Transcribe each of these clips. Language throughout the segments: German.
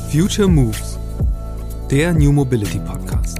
Future Moves, der New Mobility Podcast.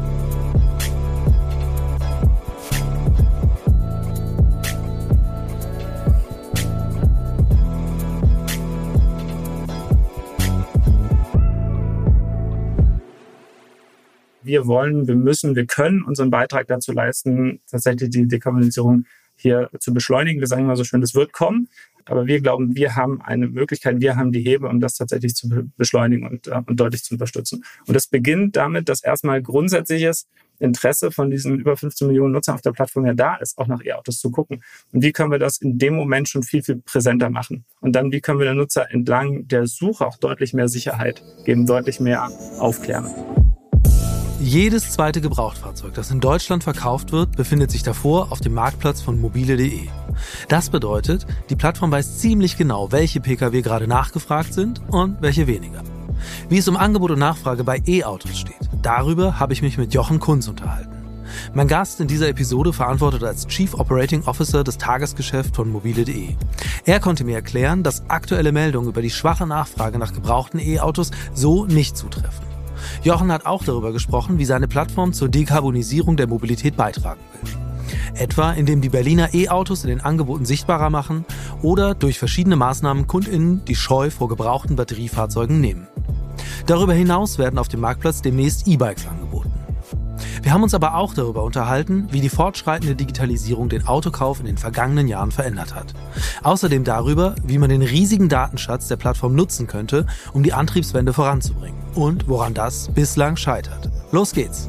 Wir wollen, wir müssen, wir können unseren Beitrag dazu leisten, tatsächlich die Dekarbonisierung hier zu beschleunigen. Wir sagen immer so schön, das wird kommen. Aber wir glauben, wir haben eine Möglichkeit, wir haben die Hebel, um das tatsächlich zu beschleunigen und deutlich zu unterstützen. Und das beginnt damit, dass erstmal grundsätzliches Interesse von diesen über 15 Millionen Nutzern auf der Plattform ja da ist, auch nach E-Autos zu gucken. Und wie können wir das in dem Moment schon viel, viel präsenter machen? Und dann, wie können wir den Nutzer entlang der Suche auch deutlich mehr Sicherheit geben, deutlich mehr aufklären? Jedes zweite Gebrauchtfahrzeug, das in Deutschland verkauft wird, befindet sich davor auf dem Marktplatz von mobile.de. Das bedeutet, die Plattform weiß ziemlich genau, welche Pkw gerade nachgefragt sind und welche weniger. Wie es um Angebot und Nachfrage bei E-Autos steht, darüber habe ich mich mit Jochen Kunz unterhalten. Mein Gast in dieser Episode verantwortet als Chief Operating Officer das Tagesgeschäft von mobile.de. Er konnte mir erklären, dass aktuelle Meldungen über die schwache Nachfrage nach gebrauchten E-Autos so nicht zutreffen. Jochen hat auch darüber gesprochen, wie seine Plattform zur Dekarbonisierung der Mobilität beitragen will. Etwa indem die Berliner E-Autos in den Angeboten sichtbarer machen oder durch verschiedene Maßnahmen KundInnen die Scheu vor gebrauchten Batteriefahrzeugen nehmen. Darüber hinaus werden auf dem Marktplatz demnächst E-Bikes angeboten. Wir haben uns aber auch darüber unterhalten, wie die fortschreitende Digitalisierung den Autokauf in den vergangenen Jahren verändert hat. Außerdem darüber, wie man den riesigen Datenschatz der Plattform nutzen könnte, um die Antriebswende voranzubringen und woran das bislang scheitert. Los geht's!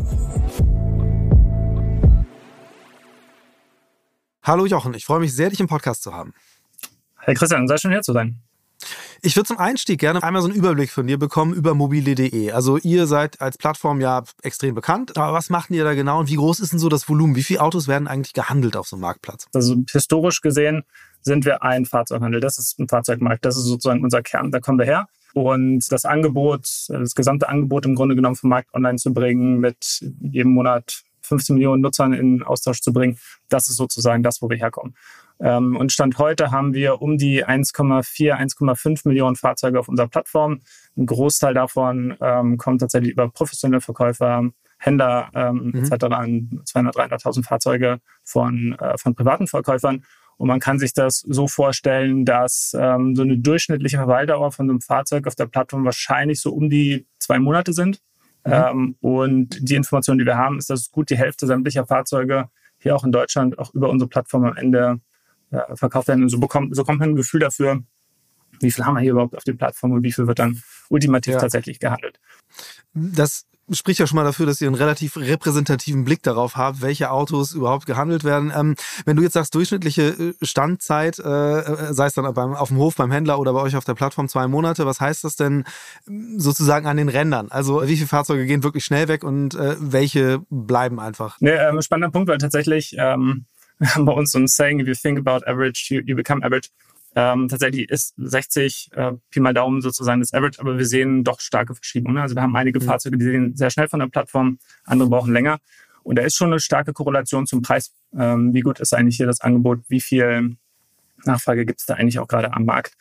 Hallo Jochen, ich freue mich sehr, dich im Podcast zu haben. Hey Christian, sei schön hier zu sein. Ich würde zum Einstieg gerne einmal so einen Überblick von dir bekommen über mobile.de. Also ihr seid als Plattform ja extrem bekannt, aber was macht ihr da genau und wie groß ist denn so das Volumen? Wie viele Autos werden eigentlich gehandelt auf so einem Marktplatz? Also historisch gesehen sind wir ein Fahrzeughandel. Das ist ein Fahrzeugmarkt, das ist sozusagen unser Kern, da kommen wir her. Und das Angebot, das gesamte Angebot im Grunde genommen vom Markt online zu bringen, mit jedem Monat 15 Millionen Nutzern in Austausch zu bringen, das ist sozusagen das, wo wir herkommen. Und Stand heute haben wir um die 1,4, 1,5 Millionen Fahrzeuge auf unserer Plattform. Ein Großteil davon kommt tatsächlich über professionelle Verkäufer, Händler etc. 200.000, 300.000 Fahrzeuge von privaten Verkäufern. Und man kann sich das so vorstellen, dass so eine durchschnittliche Verweildauer von so einem Fahrzeug auf der Plattform wahrscheinlich so um die 2 Monate sind. Und die Information, die wir haben, ist, dass gut die Hälfte sämtlicher Fahrzeuge hier auch in Deutschland auch über unsere Plattform am Ende verkauft werden. Und so kommt man ein Gefühl dafür, wie viel haben wir hier überhaupt auf der Plattform und wie viel wird dann ultimativ tatsächlich gehandelt. Das spricht ja schon mal dafür, dass ihr einen relativ repräsentativen Blick darauf habt, welche Autos überhaupt gehandelt werden. Wenn du jetzt sagst, durchschnittliche Standzeit, sei es dann auf dem Hof beim Händler oder bei euch auf der Plattform 2 Monate, was heißt das denn sozusagen an den Rändern? Also wie viele Fahrzeuge gehen wirklich schnell weg und welche bleiben einfach? Spannender Punkt, weil tatsächlich bei uns so ein Saying, if you think about average, you become average. Tatsächlich ist 60 Pi mal Daumen sozusagen das Average, aber wir sehen doch starke Verschiebungen. Also wir haben einige Fahrzeuge, die gehen sehr schnell von der Plattform, andere brauchen länger. Und da ist schon eine starke Korrelation zum Preis. Wie gut ist eigentlich hier das Angebot? Wie viel Nachfrage gibt es da eigentlich auch gerade am Markt?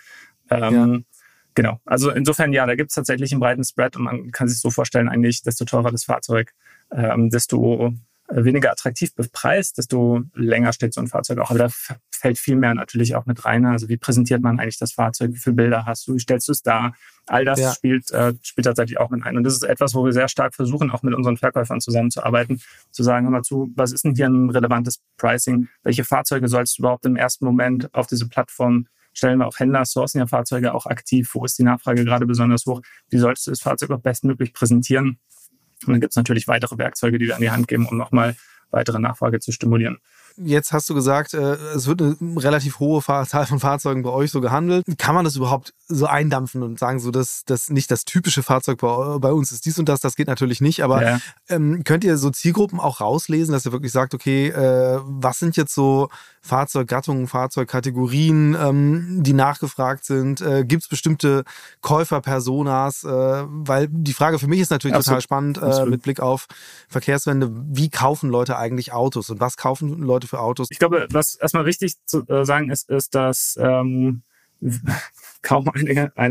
Genau. Also insofern, ja, da gibt es tatsächlich einen breiten Spread und man kann sich so vorstellen, eigentlich, desto teurer das Fahrzeug, desto weniger attraktiv bepreist, desto länger steht so ein Fahrzeug auch. Aber da fällt viel mehr natürlich auch mit rein. Also wie präsentiert man eigentlich das Fahrzeug? Wie viele Bilder hast du? Wie stellst du es dar? All das spielt tatsächlich auch mit ein. Und das ist etwas, wo wir sehr stark versuchen, auch mit unseren Verkäufern zusammenzuarbeiten, zu sagen, hör mal zu, was ist denn hier ein relevantes Pricing? Welche Fahrzeuge sollst du überhaupt im ersten Moment auf diese Plattform stellen? Wir auch Händler, sourcen ja Fahrzeuge auch aktiv. Wo ist die Nachfrage gerade besonders hoch? Wie solltest du das Fahrzeug auch bestmöglich präsentieren? Und dann gibt es natürlich weitere Werkzeuge, die wir an die Hand geben, um nochmal weitere Nachfrage zu stimulieren. Jetzt hast du gesagt, es wird eine relativ hohe Zahl von Fahrzeugen bei euch so gehandelt. Kann man das überhaupt so eindampfen und sagen, so dass das nicht das typische Fahrzeug bei uns ist dies und das? Das geht natürlich nicht. Aber könnt ihr so Zielgruppen auch rauslesen, dass ihr wirklich sagt, okay, was sind jetzt so Fahrzeuggattungen, Fahrzeugkategorien, die nachgefragt sind? Gibt es bestimmte Käuferpersonas? Weil die Frage für mich ist natürlich total spannend mit Blick auf Verkehrswende. Wie kaufen Leute eigentlich Autos und was kaufen Leute für Autos? Ich glaube, was erstmal wichtig zu sagen ist, dass kaum eine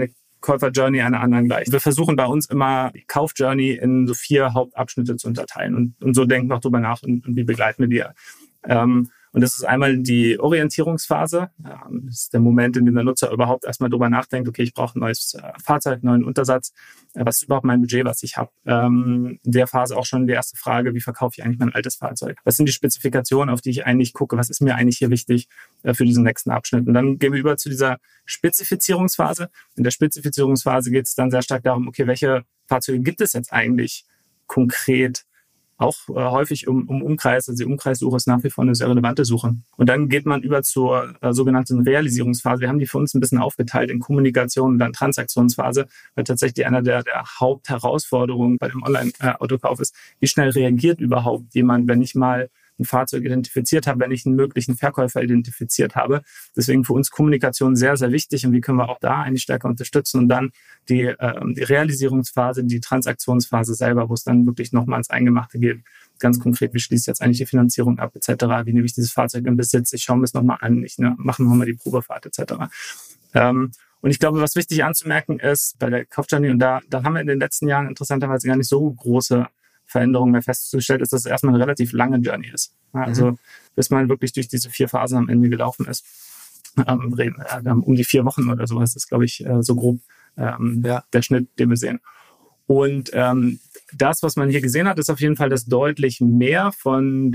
Käufer-Journey einer anderen gleich. Wir versuchen bei uns immer die Kauf-Journey in so 4 Hauptabschnitte zu unterteilen und so denken wir auch drüber nach und wie begleiten wir die. Und das ist einmal die Orientierungsphase. Das ist der Moment, in dem der Nutzer überhaupt erstmal drüber nachdenkt, okay, ich brauche ein neues Fahrzeug, neuen Untersatz. Was ist überhaupt mein Budget, was ich habe? In der Phase auch schon die erste Frage, wie verkaufe ich eigentlich mein altes Fahrzeug? Was sind die Spezifikationen, auf die ich eigentlich gucke? Was ist mir eigentlich hier wichtig für diesen nächsten Abschnitt? Und dann gehen wir über zu dieser Spezifizierungsphase. In der Spezifizierungsphase geht es dann sehr stark darum, okay, welche Fahrzeuge gibt es jetzt eigentlich konkret? Auch häufig um Umkreis. Also die Umkreissuche ist nach wie vor eine sehr relevante Suche. Und dann geht man über zur sogenannten Realisierungsphase. Wir haben die für uns ein bisschen aufgeteilt in Kommunikation und dann Transaktionsphase, weil tatsächlich einer der Hauptherausforderungen bei dem Online-Autokauf ist, wie schnell reagiert überhaupt jemand, wenn ich mal ein Fahrzeug identifiziert habe, wenn ich einen möglichen Verkäufer identifiziert habe. Deswegen für uns Kommunikation sehr, sehr wichtig und wie können wir auch da eigentlich stärker unterstützen und dann die Realisierungsphase, die Transaktionsphase selber, wo es dann wirklich nochmal ins Eingemachte geht. Ganz konkret, wie schließt jetzt eigentlich die Finanzierung ab etc., wie nehme ich dieses Fahrzeug in Besitz, ich schaue mir es nochmal an, ich mache nochmal die Probefahrt etc. Und ich glaube, was wichtig anzumerken ist bei der Kaufjourney, und da haben wir in den letzten Jahren interessanterweise gar nicht so große Veränderungen mehr festgestellt, ist, dass es erstmal eine relativ lange Journey ist. Also bis man wirklich durch diese 4 Phasen am Ende gelaufen ist. Wir haben um die 4 Wochen oder sowas, ist, glaube ich, so grob der Schnitt, den wir sehen. Und das, was man hier gesehen hat, ist auf jeden Fall, dass deutlich mehr von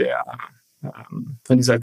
dieser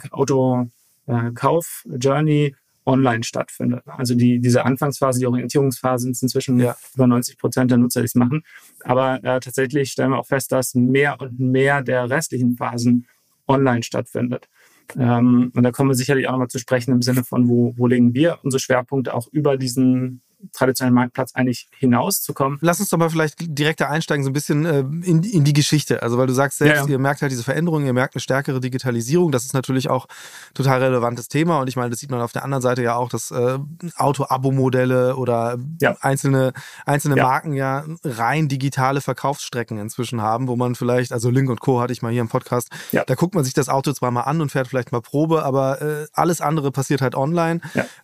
Autokauf-Journey online stattfindet. Also diese Anfangsphase, die Orientierungsphase sind inzwischen über 90% der Nutzer, die es machen. Aber tatsächlich stellen wir auch fest, dass mehr und mehr der restlichen Phasen online stattfindet. Und da kommen wir sicherlich auch nochmal zu sprechen im Sinne von, wo legen wir unsere Schwerpunkte auch über diesen traditionellen Marktplatz eigentlich hinauszukommen. Lass uns doch mal vielleicht direkt da einsteigen, so ein bisschen in die Geschichte. Also weil du sagst selbst, ihr merkt halt diese Veränderung, ihr merkt eine stärkere Digitalisierung. Das ist natürlich auch total relevantes Thema. Und ich meine, das sieht man auf der anderen Seite ja auch, dass Auto-Abo-Modelle oder einzelne Marken ja rein digitale Verkaufsstrecken inzwischen haben, wo man vielleicht, also Lynk & Co. hatte ich mal hier im Podcast, da guckt man sich das Auto zwar mal an und fährt vielleicht mal Probe, aber alles andere passiert halt online.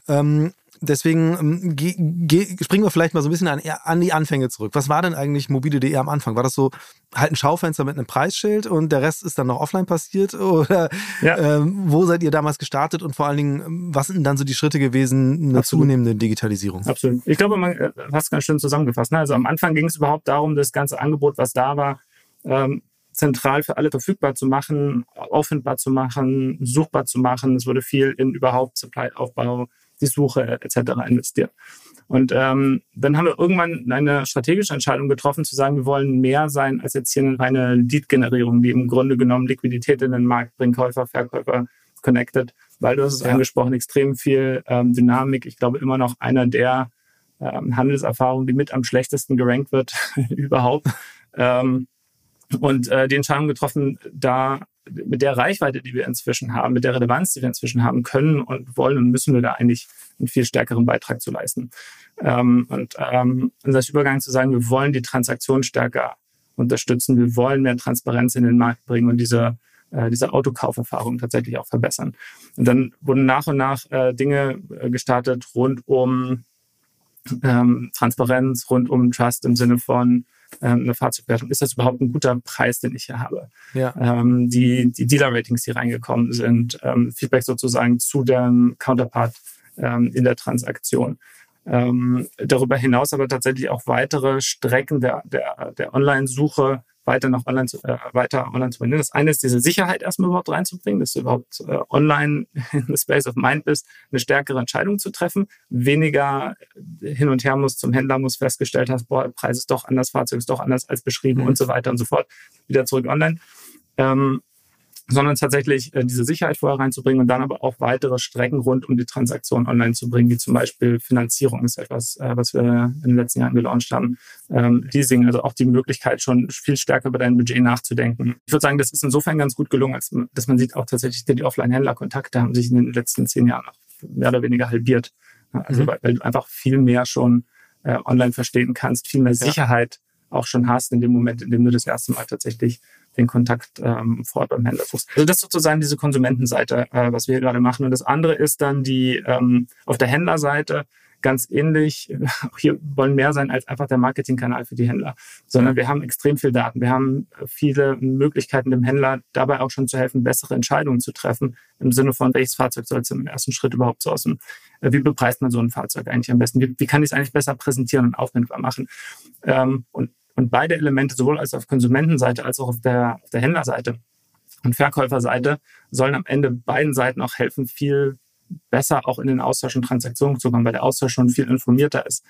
Deswegen springen wir vielleicht mal so ein bisschen an die Anfänge zurück. Was war denn eigentlich mobile.de am Anfang? War das so halt ein Schaufenster mit einem Preisschild und der Rest ist dann noch offline passiert? Oder wo seid ihr damals gestartet und vor allen Dingen, was sind dann so die Schritte gewesen, eine zunehmende Digitalisierung? Absolut. Ich glaube, man hat es ganz schön zusammengefasst. Also am Anfang ging es überhaupt darum, das ganze Angebot, was da war, zentral für alle verfügbar zu machen, auffindbar zu machen, suchbar zu machen. Es wurde viel in überhaupt Supply-Aufbau, die Suche etc. investiert. Und dann haben wir irgendwann eine strategische Entscheidung getroffen, zu sagen, wir wollen mehr sein als jetzt hier eine reine Lead-Generierung, die im Grunde genommen Liquidität in den Markt bringt, Käufer, Verkäufer connected, weil du hast es angesprochen, extrem viel Dynamik. Ich glaube immer noch einer der Handelserfahrungen, die mit am schlechtesten gerankt wird überhaupt. Und die Entscheidung getroffen, da mit der Reichweite, die wir inzwischen haben, mit der Relevanz, die wir inzwischen haben, können und wollen und müssen wir da eigentlich einen viel stärkeren Beitrag zu leisten. Unser Übergang zu sagen, wir wollen die Transaktion stärker unterstützen, wir wollen mehr Transparenz in den Markt bringen und diese Autokauferfahrung tatsächlich auch verbessern. Und dann wurden nach und nach Dinge gestartet rund um Transparenz, rund um Trust im Sinne von eine Fahrzeugwertung. Ist das überhaupt ein guter Preis, den ich hier habe? Die Dealer-Ratings, die reingekommen sind, Feedback sozusagen zu dem Counterpart in der Transaktion. Darüber hinaus aber tatsächlich auch weitere Strecken der Online-Suche weiter online zu bringen. Das eine ist, diese Sicherheit erstmal überhaupt reinzubringen, dass du überhaupt online in the space of mind bist, eine stärkere Entscheidung zu treffen, weniger hin und her zum Händler festgestellt hast, der Preis ist doch anders, Fahrzeug ist doch anders als beschrieben und so weiter und so fort, wieder zurück online. Sondern tatsächlich diese Sicherheit vorher reinzubringen und dann aber auch weitere Strecken rund um die Transaktion online zu bringen, wie zum Beispiel Finanzierung ist etwas, was wir in den letzten Jahren gelauncht haben. Leasing, also auch die Möglichkeit, schon viel stärker über dein Budget nachzudenken. Ich würde sagen, das ist insofern ganz gut gelungen, als dass man sieht, auch tatsächlich die Offline-Händler-Kontakte haben sich in den letzten 10 Jahren auch mehr oder weniger halbiert. Also weil du einfach viel mehr schon online verstehen kannst, viel mehr Sicherheit auch schon hast in dem Moment, in dem du das erste Mal tatsächlich den Kontakt vor Ort beim Händler suchst. Also das ist sozusagen diese Konsumentenseite, was wir hier gerade machen. Und das andere ist dann die auf der Händlerseite ganz ähnlich. Auch hier wollen mehr sein als einfach der Marketingkanal für die Händler, sondern wir haben extrem viel Daten. Wir haben viele Möglichkeiten, dem Händler dabei auch schon zu helfen, bessere Entscheidungen zu treffen, im Sinne von, welches Fahrzeug soll es im ersten Schritt überhaupt sourcen? Wie bepreist man so ein Fahrzeug eigentlich am besten? Wie kann ich es eigentlich besser präsentieren und auffindbar machen? Und beide Elemente, sowohl als auf Konsumentenseite als auch auf der Händlerseite und Verkäuferseite, sollen am Ende beiden Seiten auch helfen, viel besser auch in den Austausch und Transaktionen zu kommen, weil der Austausch schon viel informierter ist.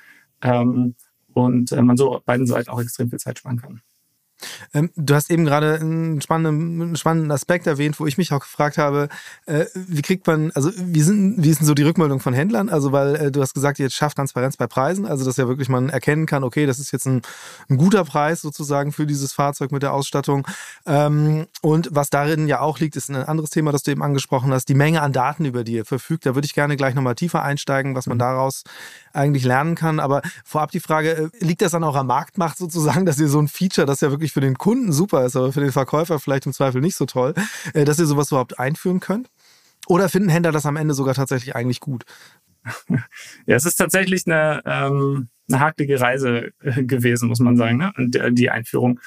Und man so auf beiden Seiten auch extrem viel Zeit sparen kann. Du hast eben gerade einen spannenden Aspekt erwähnt, wo ich mich auch gefragt habe, wie kriegt man, also wie ist denn so die Rückmeldung von Händlern? Also weil du hast gesagt, ihr schafft Transparenz bei Preisen, also dass ja wirklich man erkennen kann, okay, das ist jetzt ein guter Preis sozusagen für dieses Fahrzeug mit der Ausstattung. Und was darin ja auch liegt, ist ein anderes Thema, das du eben angesprochen hast, die Menge an Daten, über die ihr verfügt. Da würde ich gerne gleich nochmal tiefer einsteigen, was man daraus eigentlich lernen kann. Aber vorab die Frage, liegt das an eurer Marktmacht sozusagen, dass ihr so ein Feature, das ja wirklich für den Kunden super ist, aber für den Verkäufer vielleicht im Zweifel nicht so toll, dass ihr sowas überhaupt einführen könnt? Oder finden Händler das am Ende sogar tatsächlich eigentlich gut? Ja, es ist tatsächlich eine hakelige Reise gewesen, muss man sagen, ne? Und die Einführung.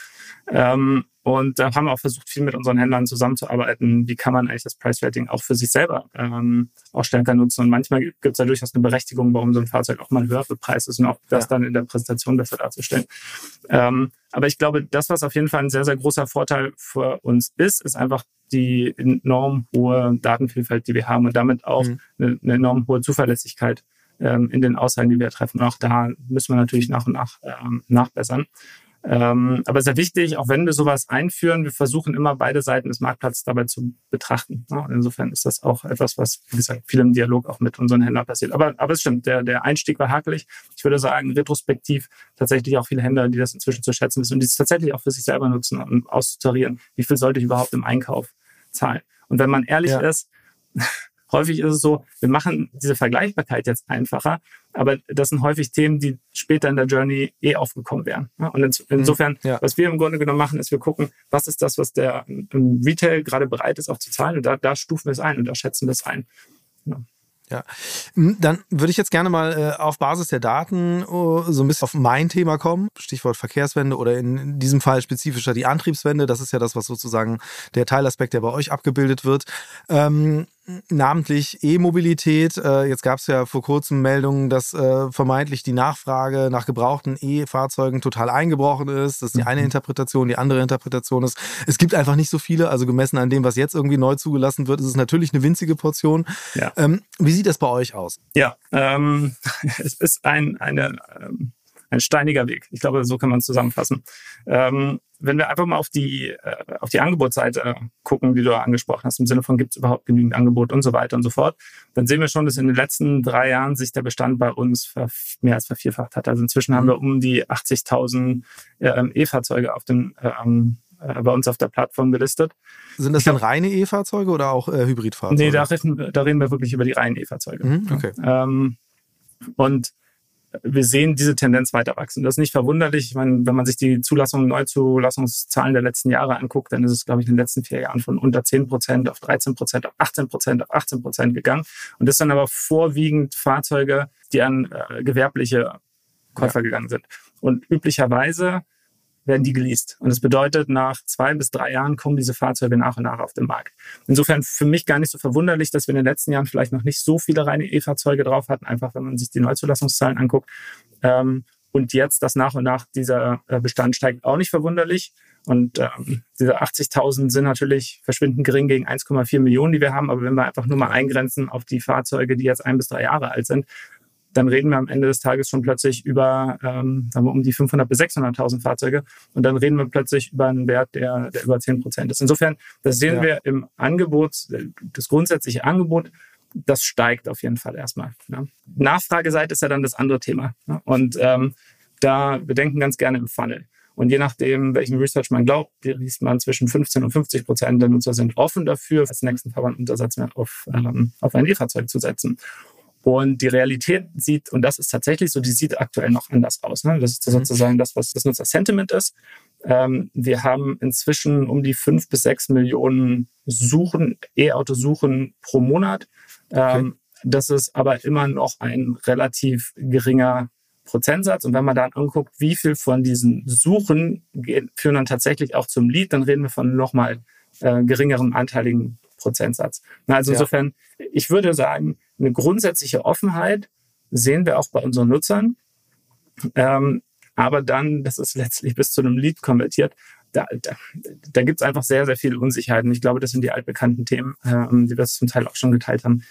Und da haben wir auch versucht, viel mit unseren Händlern zusammenzuarbeiten. Wie kann man eigentlich das Price-Rating auch für sich selber auch stärker nutzen? Und manchmal gibt es da durchaus eine Berechtigung, warum so ein Fahrzeug auch mal höher bepreist ist und auch das dann in der Präsentation besser darzustellen. Aber ich glaube, das, was auf jeden Fall ein sehr, sehr großer Vorteil für uns ist einfach die enorm hohe Datenvielfalt, die wir haben und damit auch eine enorm hohe Zuverlässigkeit in den Aussagen, die wir treffen. Und auch da müssen wir natürlich nach und nach nachbessern. Aber sehr wichtig, auch wenn wir sowas einführen, wir versuchen immer beide Seiten des Marktplatzes dabei zu betrachten. Ja, insofern ist das auch etwas, was, wie gesagt, viel im Dialog auch mit unseren Händlern passiert. Aber es stimmt, der Einstieg war hakelig. Ich würde sagen, retrospektiv tatsächlich auch viele Händler, die das inzwischen zu schätzen wissen und die es tatsächlich auch für sich selber nutzen, um auszutarieren, wie viel sollte ich überhaupt im Einkauf zahlen. Und wenn man ehrlich ist, häufig ist es so, wir machen diese Vergleichbarkeit jetzt einfacher, aber das sind häufig Themen, die später in der Journey aufgekommen wären. Und insofern, was wir im Grunde genommen machen, ist, wir gucken, was ist das, was der im Retail gerade bereit ist, auch zu zahlen. Und da stufen wir es ein und da schätzen wir es ein. Ja, dann würde ich jetzt gerne mal auf Basis der Daten so ein bisschen auf mein Thema kommen. Stichwort Verkehrswende oder in diesem Fall spezifischer die Antriebswende. Das ist ja das, was sozusagen der Teilaspekt, der bei euch abgebildet wird. Namentlich E-Mobilität. Jetzt gab es ja vor kurzem Meldungen, dass vermeintlich die Nachfrage nach gebrauchten E-Fahrzeugen total eingebrochen ist. Das ist die eine Interpretation. Die andere Interpretation ist, es gibt einfach nicht so viele. Also gemessen an dem, was jetzt irgendwie neu zugelassen wird, ist es natürlich eine winzige Portion. Ja. Wie sieht das bei euch aus? Ja, es ist ein steiniger Weg. Ich glaube, so kann man es zusammenfassen. Wenn wir einfach mal auf die Angebotsseite gucken, die du angesprochen hast, im Sinne von, gibt es überhaupt genügend Angebot und so weiter und so fort, dann sehen wir schon, dass in den letzten 3 Jahren sich der Bestand bei uns mehr als vervierfacht hat. Also inzwischen haben wir um die 80.000 E-Fahrzeuge bei uns auf der Plattform gelistet. Sind das dann reine E-Fahrzeuge oder auch Hybridfahrzeuge? Nee, da reden wir wirklich über die reinen E-Fahrzeuge. Okay. Und wir sehen diese Tendenz weiter wachsen. Das ist nicht verwunderlich. Ich meine, wenn man sich die Neuzulassungszahlen der letzten Jahre anguckt, dann ist es, glaube ich, in den letzten 4 Jahren von unter 10% auf 13%, auf 18%, auf 18% gegangen. Und das sind aber vorwiegend Fahrzeuge, die an gewerbliche Käufer gegangen sind. Und üblicherweise werden die geleast. Und das bedeutet, nach 2 bis 3 Jahren kommen diese Fahrzeuge nach und nach auf den Markt. Insofern für mich gar nicht so verwunderlich, dass wir in den letzten Jahren vielleicht noch nicht so viele reine E-Fahrzeuge drauf hatten, einfach wenn man sich die Neuzulassungszahlen anguckt. Und jetzt, dass nach und nach dieser Bestand steigt, auch nicht verwunderlich. Und diese 80.000 sind natürlich verschwindend gering gegen 1,4 Millionen, die wir haben. Aber wenn wir einfach nur mal eingrenzen auf die Fahrzeuge, die jetzt 1 bis 3 Jahre alt sind, dann reden wir am Ende des Tages schon plötzlich über sagen wir, um die 500.000 bis 600.000 Fahrzeuge. Und dann reden wir plötzlich über einen Wert, der über 10% ist. Insofern, das sehen wir im Angebot, das grundsätzliche Angebot, das steigt auf jeden Fall erstmal. Ja. Nachfrageseite ist ja dann das andere Thema. Ja. Und wir denken ganz gerne im Funnel. Und je nachdem, welchem Research man glaubt, liest man zwischen 15% und 50% der Nutzer sind offen dafür, als nächsten Verbanduntersatz auf ein E-Fahrzeug zu setzen. Und die Realität sieht, und das ist tatsächlich so, die sieht aktuell noch anders aus. Ne? Das ist sozusagen das, was das Nutzer-Sentiment ist. Wir haben inzwischen um die 5 bis 6 Millionen E-Auto-Suchen pro Monat. Das ist aber immer noch ein relativ geringer Prozentsatz. Und wenn man dann anguckt, wie viel von diesen Suchen führen dann tatsächlich auch zum Lead, dann reden wir von nochmal geringerem anteiligen Prozentsatz. Also insofern, ich würde sagen, eine grundsätzliche Offenheit sehen wir auch bei unseren Nutzern. Aber dann, das ist letztlich bis zu einem Lead konvertiert, da gibt es einfach sehr, sehr viele Unsicherheiten. Ich glaube, das sind die altbekannten Themen, die wir zum Teil auch schon geteilt haben.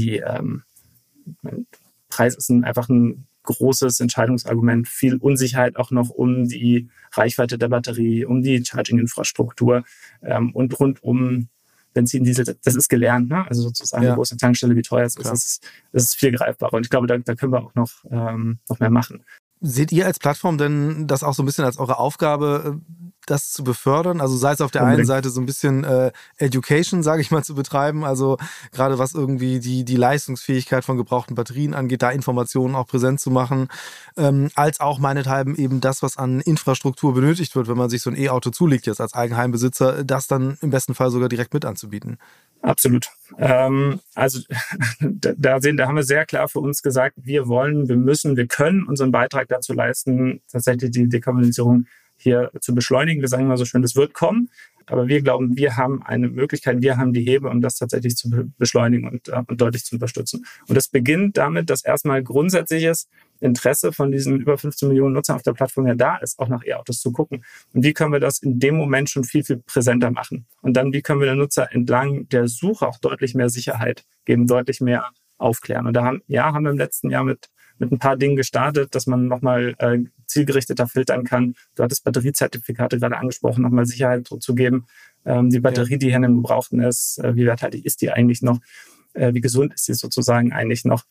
Preis ist einfach ein großes Entscheidungsargument, viel Unsicherheit auch noch um die Reichweite der Batterie, um die Charging-Infrastruktur und rund um Benzin, Diesel. Das ist gelernt, ne? Also sozusagen eine große Tankstelle, wie teuer es ist, das ist viel greifbarer. Und ich glaube, da können wir auch noch mehr machen. Seht ihr als Plattform denn das auch so ein bisschen als eure Aufgabe, das zu befördern? Also sei es auf der einen Seite so ein bisschen Education, sage ich mal, zu betreiben, also gerade was irgendwie die Leistungsfähigkeit von gebrauchten Batterien angeht, da Informationen auch präsent zu machen, als auch meinethalben eben das, was an Infrastruktur benötigt wird, wenn man sich so ein E-Auto zulegt jetzt als Eigenheimbesitzer, das dann im besten Fall sogar direkt mit anzubieten. Absolut. Also da haben wir sehr klar für uns gesagt, wir können unseren Beitrag dazu leisten, tatsächlich die Dekarbonisierung hier zu beschleunigen. Wir sagen immer so schön, das wird kommen. Aber wir glauben, wir haben eine Möglichkeit, wir haben die Hebel, um das tatsächlich zu beschleunigen und deutlich zu unterstützen. Und das beginnt damit, dass erstmal grundsätzliches Interesse von diesen über 15 Millionen Nutzern auf der Plattform ja da ist, auch nach E-Autos zu gucken. Und wie können wir das in dem Moment schon viel, viel präsenter machen? Und dann, wie können wir den Nutzer entlang der Suche auch deutlich mehr Sicherheit geben, deutlich mehr aufklären? Und da haben wir im letzten Jahr mit ein paar Dingen gestartet, dass man nochmal zielgerichteter filtern kann. Du hattest Batteriezertifikate gerade angesprochen, nochmal Sicherheit zu geben. Die Batterie, die hier in einem Gebrauchten ist, wie werthaltig ist die eigentlich noch? Wie gesund ist sie sozusagen eigentlich noch?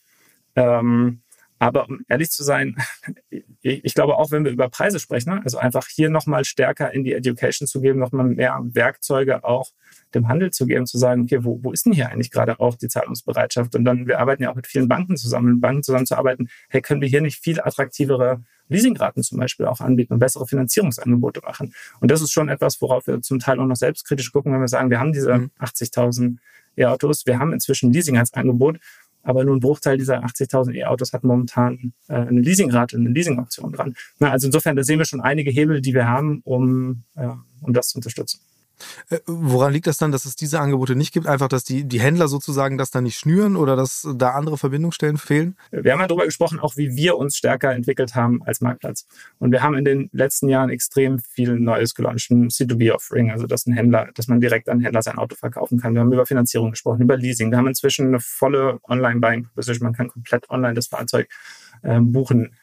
Aber um ehrlich zu sein, ich glaube auch, wenn wir über Preise sprechen, also einfach hier nochmal stärker in die Education zu geben, nochmal mehr Werkzeuge auch dem Handel zu geben, zu sagen, okay, wo ist denn hier eigentlich gerade auch die Zahlungsbereitschaft? Und dann, wir arbeiten ja auch mit vielen Banken zusammenzuarbeiten. Hey, können wir hier nicht viel attraktivere Leasingraten zum Beispiel auch anbieten und bessere Finanzierungsangebote machen? Und das ist schon etwas, worauf wir zum Teil auch noch selbstkritisch gucken, wenn wir sagen, wir haben diese 80.000 E-Autos, wir haben inzwischen Leasing als Angebot, aber nur ein Bruchteil dieser 80.000 E-Autos hat momentan eine Leasingrate, eine Leasingoption dran. Also insofern, da sehen wir schon einige Hebel, die wir haben, um das zu unterstützen. Woran liegt das dann, dass es diese Angebote nicht gibt? Einfach, dass die Händler sozusagen das dann nicht schnüren oder dass da andere Verbindungsstellen fehlen? Wir haben ja darüber gesprochen, auch wie wir uns stärker entwickelt haben als Marktplatz. Und wir haben in den letzten Jahren extrem viel Neues gelauncht, ein C2B-Offering, also dass man direkt an Händler sein Auto verkaufen kann. Wir haben über Finanzierung gesprochen, über Leasing. Wir haben inzwischen eine volle Online-Buying-Proposition. Man kann komplett online das Fahrzeug buchen.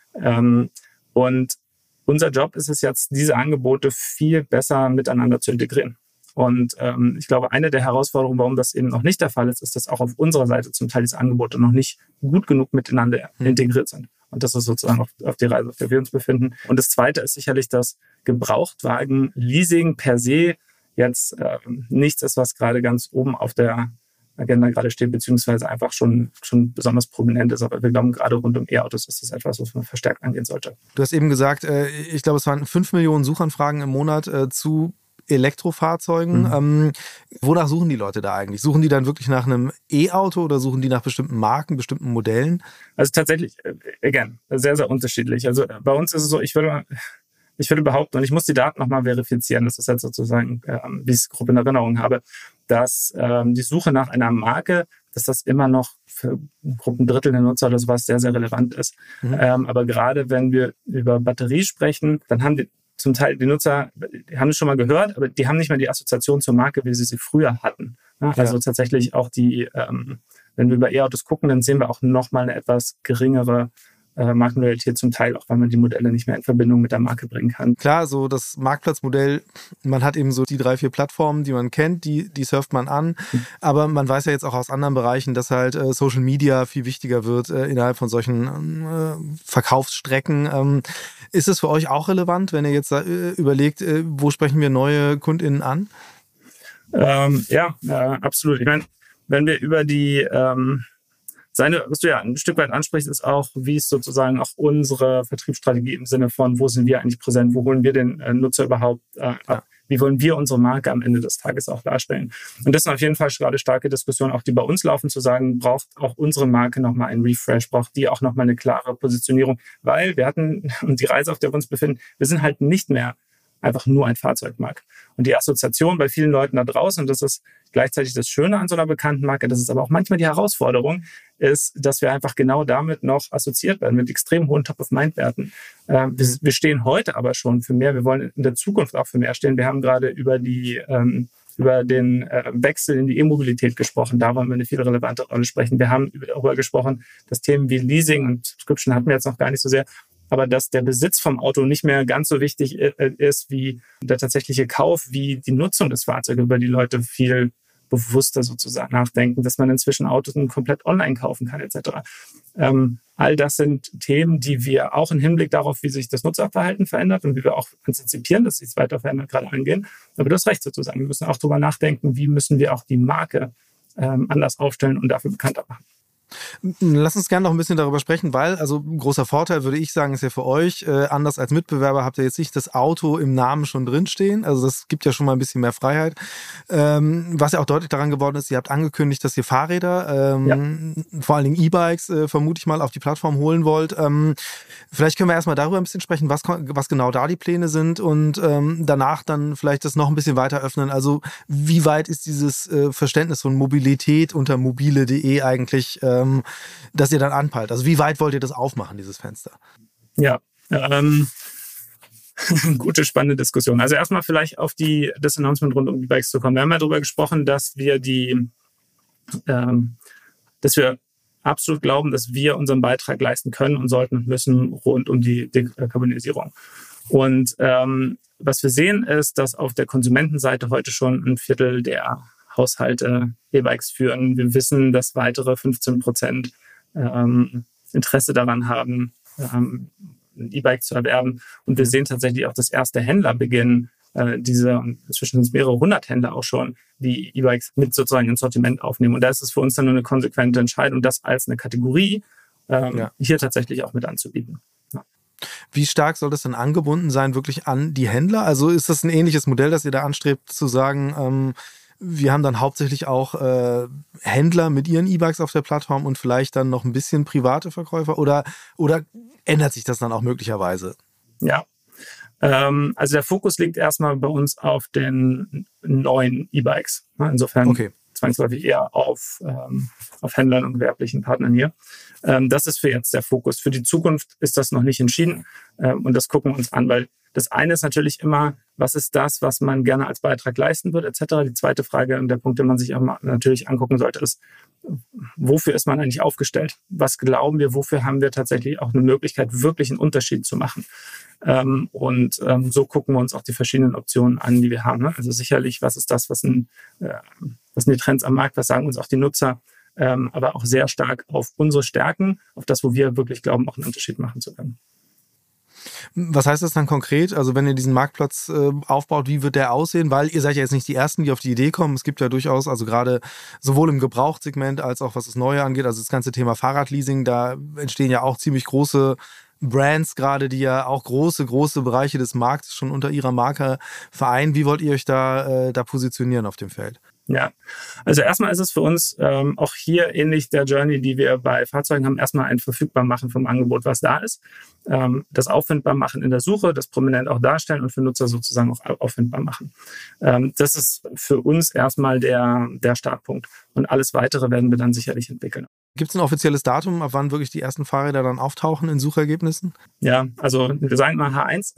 Und unser Job ist es jetzt, diese Angebote viel besser miteinander zu integrieren. Und ich glaube, eine der Herausforderungen, warum das eben noch nicht der Fall ist, dass auch auf unserer Seite zum Teil diese Angebote noch nicht gut genug miteinander integriert sind. Und das ist sozusagen auf die Reise, auf der wir uns befinden. Und das Zweite ist sicherlich, dass Gebrauchtwagen-Leasing per se jetzt nichts ist, was gerade ganz oben auf der Agenda gerade steht, beziehungsweise einfach schon besonders prominent ist. Aber wir glauben, gerade rund um E-Autos ist das etwas, was man verstärkt angehen sollte. Du hast eben gesagt, ich glaube, es waren 5 Millionen Suchanfragen im Monat zu Elektrofahrzeugen. Wonach suchen die Leute da eigentlich? Suchen die dann wirklich nach einem E-Auto oder suchen die nach bestimmten Marken, bestimmten Modellen? Also tatsächlich, again, sehr, sehr unterschiedlich. Also bei uns ist es so, ich würde behaupten, und ich muss die Daten nochmal verifizieren, das ist jetzt sozusagen, wie ich es grob in Erinnerung habe, dass die Suche nach einer Marke, dass das immer noch für grob ein Drittel der Nutzer oder sowas sehr, sehr relevant ist. Aber gerade wenn wir über Batterie sprechen, dann haben zum Teil die Nutzer, die haben es schon mal gehört, aber die haben nicht mehr die Assoziation zur Marke, wie sie früher hatten. Ja, also tatsächlich auch wenn wir über E-Autos gucken, dann sehen wir auch nochmal eine etwas geringere Markenloyalität, zum Teil auch, weil man die Modelle nicht mehr in Verbindung mit der Marke bringen kann. Klar, so das Marktplatzmodell, man hat eben so die 3-4 Plattformen, die man kennt, die surft man an, aber man weiß ja jetzt auch aus anderen Bereichen, dass halt Social Media viel wichtiger wird innerhalb von solchen Verkaufsstrecken. Ist es für euch auch relevant, wenn ihr jetzt überlegt, wo sprechen wir neue KundInnen an? Absolut. Ich meine, wenn wir über die was du ja ein Stück weit ansprichst, ist auch, wie ist sozusagen auch unsere Vertriebsstrategie im Sinne von, wo sind wir eigentlich präsent, wo holen wir den Nutzer überhaupt ab? wie wollen wir unsere Marke am Ende des Tages auch darstellen. Und das sind auf jeden Fall gerade starke Diskussionen, auch die bei uns laufen, zu sagen, braucht auch unsere Marke nochmal einen Refresh, braucht die auch nochmal eine klare Positionierung, weil wir hatten, und die Reise, auf der wir uns befinden, wir sind halt nicht mehr einfach nur ein Fahrzeugmarkt. Und die Assoziation bei vielen Leuten da draußen, und das ist gleichzeitig das Schöne an so einer bekannten Marke, das ist aber auch manchmal die Herausforderung, ist, dass wir einfach genau damit noch assoziiert werden, mit extrem hohen Top-of-Mind-Werten. Wir stehen heute aber schon für mehr, wir wollen in der Zukunft auch für mehr stehen. Wir haben gerade über den Wechsel in die E-Mobilität gesprochen. Da wollen wir eine viel relevante Rolle sprechen. Wir haben darüber gesprochen, dass Themen wie Leasing und Subscription hatten wir jetzt noch gar nicht so sehr, aber dass der Besitz vom Auto nicht mehr ganz so wichtig ist wie der tatsächliche Kauf, wie die Nutzung des Fahrzeugs, über die Leute viel bewusster sozusagen nachdenken, dass man inzwischen Autos komplett online kaufen kann etc. All das sind Themen, die wir auch im Hinblick darauf, wie sich das Nutzerverhalten verändert und wie wir auch antizipieren, dass sich es weiter verändert, gerade angehen. Aber du hast recht sozusagen. Wir müssen auch darüber nachdenken, wie müssen wir auch die Marke anders aufstellen und dafür bekannter machen. Lass uns gerne noch ein bisschen darüber sprechen, weil, also großer Vorteil, würde ich sagen, ist ja für euch, anders als Mitbewerber habt ihr jetzt nicht das Auto im Namen schon drinstehen. Also das gibt ja schon mal ein bisschen mehr Freiheit. Was ja auch deutlich daran geworden ist, ihr habt angekündigt, dass ihr Fahrräder, vor allen Dingen E-Bikes, vermute ich mal, auf die Plattform holen wollt. Vielleicht können wir erstmal darüber ein bisschen sprechen, was genau da die Pläne sind und danach dann vielleicht das noch ein bisschen weiter öffnen. Also wie weit ist dieses Verständnis von Mobilität unter mobile.de eigentlich, dass ihr dann anpeilt? Also wie weit wollt ihr das aufmachen, dieses Fenster? Ja, gute, spannende Diskussion. Also erstmal vielleicht auf das Announcement rund um E-Bikes zu kommen. Wir haben ja darüber gesprochen, dass wir absolut glauben, dass wir unseren Beitrag leisten können und sollten und müssen rund um die Dekarbonisierung. Und was wir sehen ist, dass auf der Konsumentenseite heute schon ein Viertel der Haushalte E-Bikes führen. Wir wissen, dass weitere 15% Interesse daran haben, ein E-Bike zu erwerben. Und wir sehen tatsächlich auch, dass erste Händler beginnen, inzwischen sind es mehrere hundert Händler auch schon, die E-Bikes mit sozusagen ins Sortiment aufnehmen. Und da ist es für uns dann nur eine konsequente Entscheidung, das als eine Kategorie hier tatsächlich auch mit anzubieten. Ja. Wie stark soll das denn angebunden sein, wirklich an die Händler? Also ist das ein ähnliches Modell, das ihr da anstrebt, zu sagen, wir haben dann hauptsächlich auch Händler mit ihren E-Bikes auf der Plattform und vielleicht dann noch ein bisschen private Verkäufer? Oder ändert sich das dann auch möglicherweise? Ja, also der Fokus liegt erstmal bei uns auf den neuen E-Bikes. Insofern zwangsläufig eher auf Händlern und gewerblichen Partnern hier. Das ist für jetzt der Fokus. Für die Zukunft ist das noch nicht entschieden und das gucken wir uns an, weil das eine ist natürlich immer, was ist das, was man gerne als Beitrag leisten wird, etc. Die zweite Frage und der Punkt, den man sich auch mal natürlich angucken sollte, ist, wofür ist man eigentlich aufgestellt? Was glauben wir, wofür haben wir tatsächlich auch eine Möglichkeit, wirklich einen Unterschied zu machen? So gucken wir uns auch die verschiedenen Optionen an, die wir haben. Ne? Also sicherlich, was ist das, was sind die Trends am Markt, was sagen uns auch die Nutzer, aber auch sehr stark auf unsere Stärken, auf das, wo wir wirklich glauben, auch einen Unterschied machen zu können. Was heißt das dann konkret? Also wenn ihr diesen Marktplatz aufbaut, wie wird der aussehen? Weil ihr seid ja jetzt nicht die Ersten, die auf die Idee kommen. Es gibt ja durchaus, also gerade sowohl im Gebrauchtssegment als auch was das Neue angeht, also das ganze Thema Fahrradleasing, da entstehen ja auch ziemlich große Brands gerade, die ja auch große Bereiche des Marktes schon unter ihrer Marke vereinen. Wie wollt ihr euch da positionieren auf dem Feld? Ja, also erstmal ist es für uns auch hier ähnlich der Journey, die wir bei Fahrzeugen haben, erstmal ein Verfügbarmachen vom Angebot, was da ist. Das auffindbar machen in der Suche, das prominent auch darstellen und für Nutzer sozusagen auch auffindbar machen. Das ist für uns erstmal der Startpunkt. Und alles Weitere werden wir dann sicherlich entwickeln. Gibt es ein offizielles Datum, ab wann wirklich die ersten Fahrräder dann auftauchen in Suchergebnissen? Ja, also wir sagen mal H1.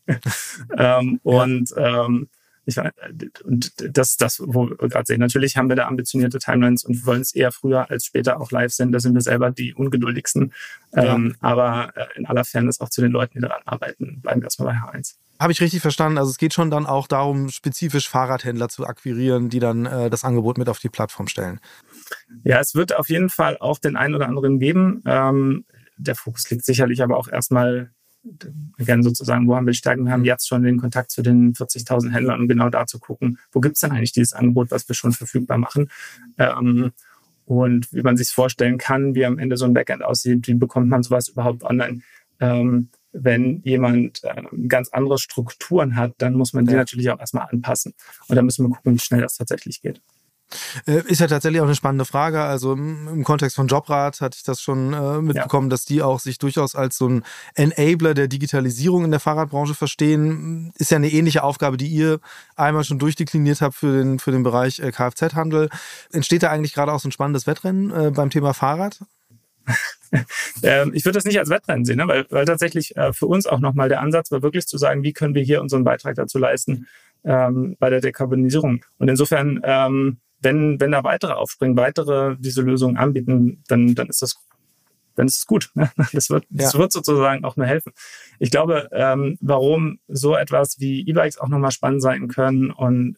Und das ist das, wo wir gerade sehen. Natürlich haben wir da ambitionierte Timelines und wollen es eher früher als später auch live senden. Da sind wir selber die ungeduldigsten. Aber in aller Fairness auch zu den Leuten, die daran arbeiten, bleiben wir erstmal bei H1. Habe ich richtig verstanden? Also es geht schon dann auch darum, spezifisch Fahrradhändler zu akquirieren, die dann das Angebot mit auf die Plattform stellen. Ja, es wird auf jeden Fall auch den einen oder anderen geben. Der Fokus liegt sicherlich aber auch erstmal gerne sozusagen, wo haben wir Stärken? Wir haben jetzt schon den Kontakt zu den 40.000 Händlern, um genau da zu gucken, wo gibt es denn eigentlich dieses Angebot, was wir schon verfügbar machen. Und wie man sich vorstellen kann, wie am Ende so ein Backend aussieht, wie bekommt man sowas überhaupt online. wenn jemand ganz andere Strukturen hat, dann muss man die natürlich auch erstmal anpassen. Und dann müssen wir gucken, wie schnell das tatsächlich geht. Ist ja tatsächlich auch eine spannende Frage. Also im Kontext von Jobrat hatte ich das schon mitbekommen, dass die auch sich durchaus als so ein Enabler der Digitalisierung in der Fahrradbranche verstehen. Ist ja eine ähnliche Aufgabe, die ihr einmal schon durchdekliniert habt für den Bereich Kfz-Handel. Entsteht da eigentlich gerade auch so ein spannendes Wettrennen beim Thema Fahrrad? Ich würde das nicht als Wettrennen sehen, ne? weil tatsächlich für uns auch nochmal der Ansatz war, wirklich zu sagen, wie können wir hier unseren Beitrag dazu leisten bei der Dekarbonisierung. Und insofern, wenn da weitere aufspringen, weitere diese Lösungen anbieten, dann ist es gut. Ne? Das wird sozusagen auch nur helfen. Ich glaube, warum so etwas wie E-Bikes auch nochmal spannend sein können und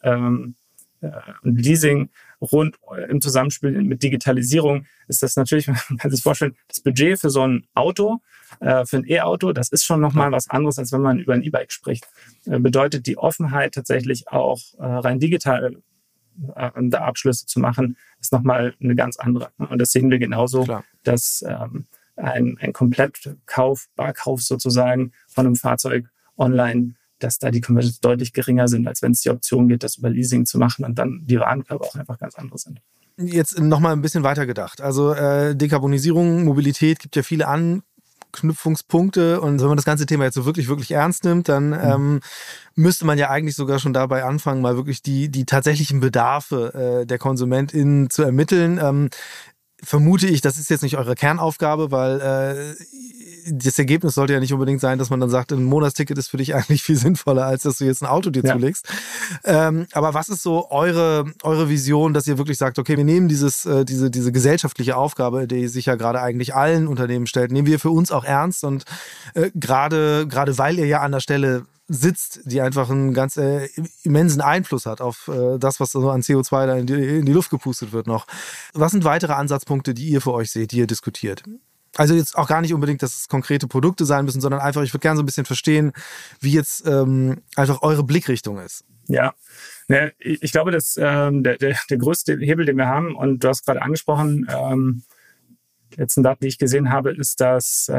Leasing rund im Zusammenspiel mit Digitalisierung, ist das natürlich, man kann sich vorstellen, das Budget für so ein Auto, für ein E-Auto, das ist schon nochmal was anderes, als wenn man über ein E-Bike spricht. Bedeutet die Offenheit tatsächlich auch rein digital Abschlüsse zu machen, ist nochmal eine ganz andere. Und das sehen wir genauso, dass ein Komplettkauf, Barkauf sozusagen von einem Fahrzeug online, dass da die Conversions deutlich geringer sind, als wenn es die Option gibt, das über Leasing zu machen und dann die Warenkörbe auch einfach ganz andere sind. Jetzt nochmal ein bisschen weiter gedacht. Also Dekarbonisierung, Mobilität, gibt ja viele Anknüpfungspunkte und wenn man das ganze Thema jetzt so wirklich, wirklich ernst nimmt, dann müsste man ja eigentlich sogar schon dabei anfangen, mal wirklich die tatsächlichen Bedarfe der KonsumentInnen zu ermitteln. Vermute ich, das ist jetzt nicht eure Kernaufgabe, weil das Ergebnis sollte ja nicht unbedingt sein, dass man dann sagt, ein Monatsticket ist für dich eigentlich viel sinnvoller, als dass du jetzt ein Auto dir zulegst. Aber was ist so eure Vision, dass ihr wirklich sagt, okay, wir nehmen diese gesellschaftliche Aufgabe, die sich ja gerade eigentlich allen Unternehmen stellt, nehmen wir für uns auch ernst und gerade weil ihr ja an der Stelle sitzt, die einfach einen ganz immensen Einfluss hat auf das, was so an CO2 da in die Luft gepustet wird noch. Was sind weitere Ansatzpunkte, die ihr für euch seht, die ihr diskutiert? Also jetzt auch gar nicht unbedingt, dass es konkrete Produkte sein müssen, sondern einfach, ich würde gerne so ein bisschen verstehen, wie jetzt einfach eure Blickrichtung ist. Ja, ich glaube, dass der größte Hebel, den wir haben, und du hast gerade angesprochen, letzten Daten, die ich gesehen habe, ist, dass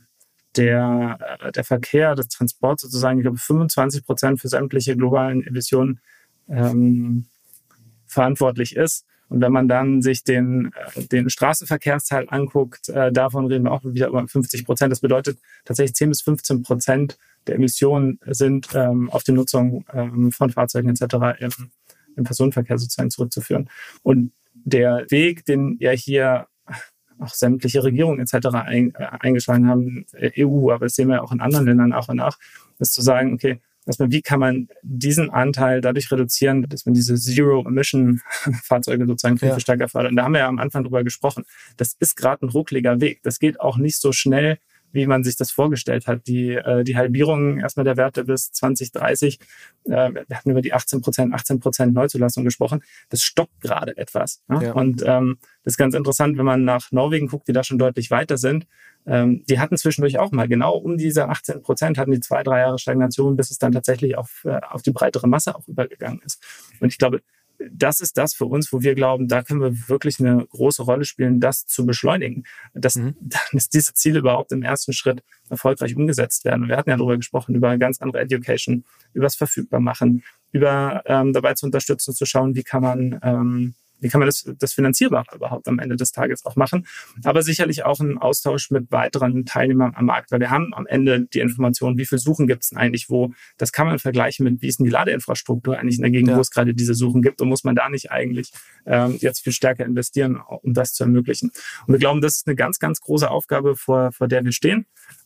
der Verkehr, das Transport sozusagen, ich glaube, 25% für sämtliche globalen Emissionen verantwortlich ist. Und wenn man dann sich den Straßenverkehrsteil anguckt, davon reden wir auch wieder über 50%. Das bedeutet tatsächlich 10-15% der Emissionen sind auf die Nutzung von Fahrzeugen etc. im Personenverkehr sozusagen zurückzuführen. Und der Weg, den ja hier auch sämtliche Regierungen etc. eingeschlagen haben, EU, aber das sehen wir auch in anderen Ländern nach und nach, ist zu sagen, okay, wie kann man diesen Anteil dadurch reduzieren, dass man diese Zero-Emission-Fahrzeuge sozusagen viel stärker fördert. Und da haben wir ja am Anfang drüber gesprochen. Das ist gerade ein ruckliger Weg. Das geht auch nicht so schnell, wie man sich das vorgestellt hat. Die Halbierung erstmal der Werte bis 2030, wir hatten über die 18% Neuzulassung gesprochen, das stockt gerade etwas. Ne? Ja. Und das ist ganz interessant, wenn man nach Norwegen guckt, die da schon deutlich weiter sind. Die hatten zwischendurch auch mal genau um diese 18%, hatten die 2-3 Jahre Stagnation, bis es dann tatsächlich auf die breitere Masse auch übergegangen ist. Und ich glaube, das ist das für uns, wo wir glauben, da können wir wirklich eine große Rolle spielen, das zu beschleunigen, dass diese Ziele überhaupt im ersten Schritt erfolgreich umgesetzt werden. Und wir hatten ja darüber gesprochen, über ganz andere Education, über das Verfügbarmachen, über dabei zu unterstützen, zu schauen, wie kann man das finanzierbar überhaupt am Ende des Tages auch machen. Aber sicherlich auch einen Austausch mit weiteren Teilnehmern am Markt, weil wir haben am Ende die Information, wie viele Suchen gibt es denn eigentlich wo. Das kann man vergleichen mit, wie ist denn die Ladeinfrastruktur eigentlich in der Gegend, wo es gerade diese Suchen gibt, und muss man da nicht eigentlich jetzt viel stärker investieren, um das zu ermöglichen. Und wir glauben, das ist eine ganz, ganz große Aufgabe, vor der wir stehen.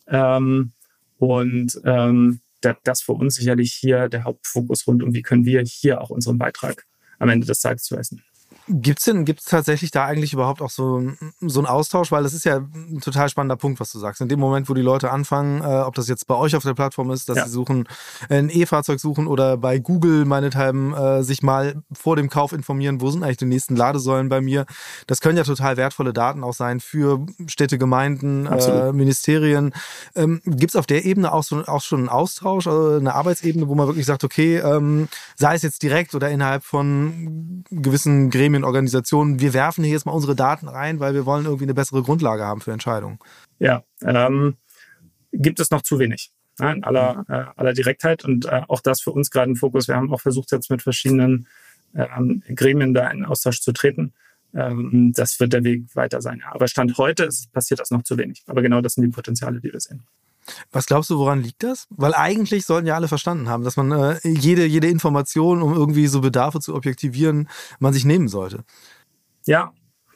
Das für uns sicherlich hier der Hauptfokus rund um, wie können wir hier auch unseren Beitrag am Ende des Tages leisten. Gibt's tatsächlich da eigentlich überhaupt auch so einen Austausch? Weil das ist ja ein total spannender Punkt, was du sagst. In dem Moment, wo die Leute anfangen, ob das jetzt bei euch auf der Plattform ist, dass sie ein E-Fahrzeug suchen oder bei Google meinethalben sich mal vor dem Kauf informieren, wo sind eigentlich die nächsten Ladesäulen bei mir. Das können ja total wertvolle Daten auch sein für Städte, Gemeinden, Ministerien. Gibt's auf der Ebene auch schon einen Austausch, also eine Arbeitsebene, wo man wirklich sagt, okay, sei es jetzt direkt oder innerhalb von gewissen Gremien, Organisationen, wir werfen hier jetzt mal unsere Daten rein, weil wir wollen irgendwie eine bessere Grundlage haben für Entscheidungen. Ja, gibt es noch zu wenig. In aller Direktheit und auch das für uns gerade ein Fokus. Wir haben auch versucht, jetzt mit verschiedenen Gremien da in Austausch zu treten. Das wird der Weg weiter sein. Ja. Aber Stand heute passiert das noch zu wenig. Aber genau das sind die Potenziale, die wir sehen. Was glaubst du, woran liegt das? Weil eigentlich sollten ja alle verstanden haben, dass man jede Information, um irgendwie so Bedarfe zu objektivieren, man sich nehmen sollte. Ja.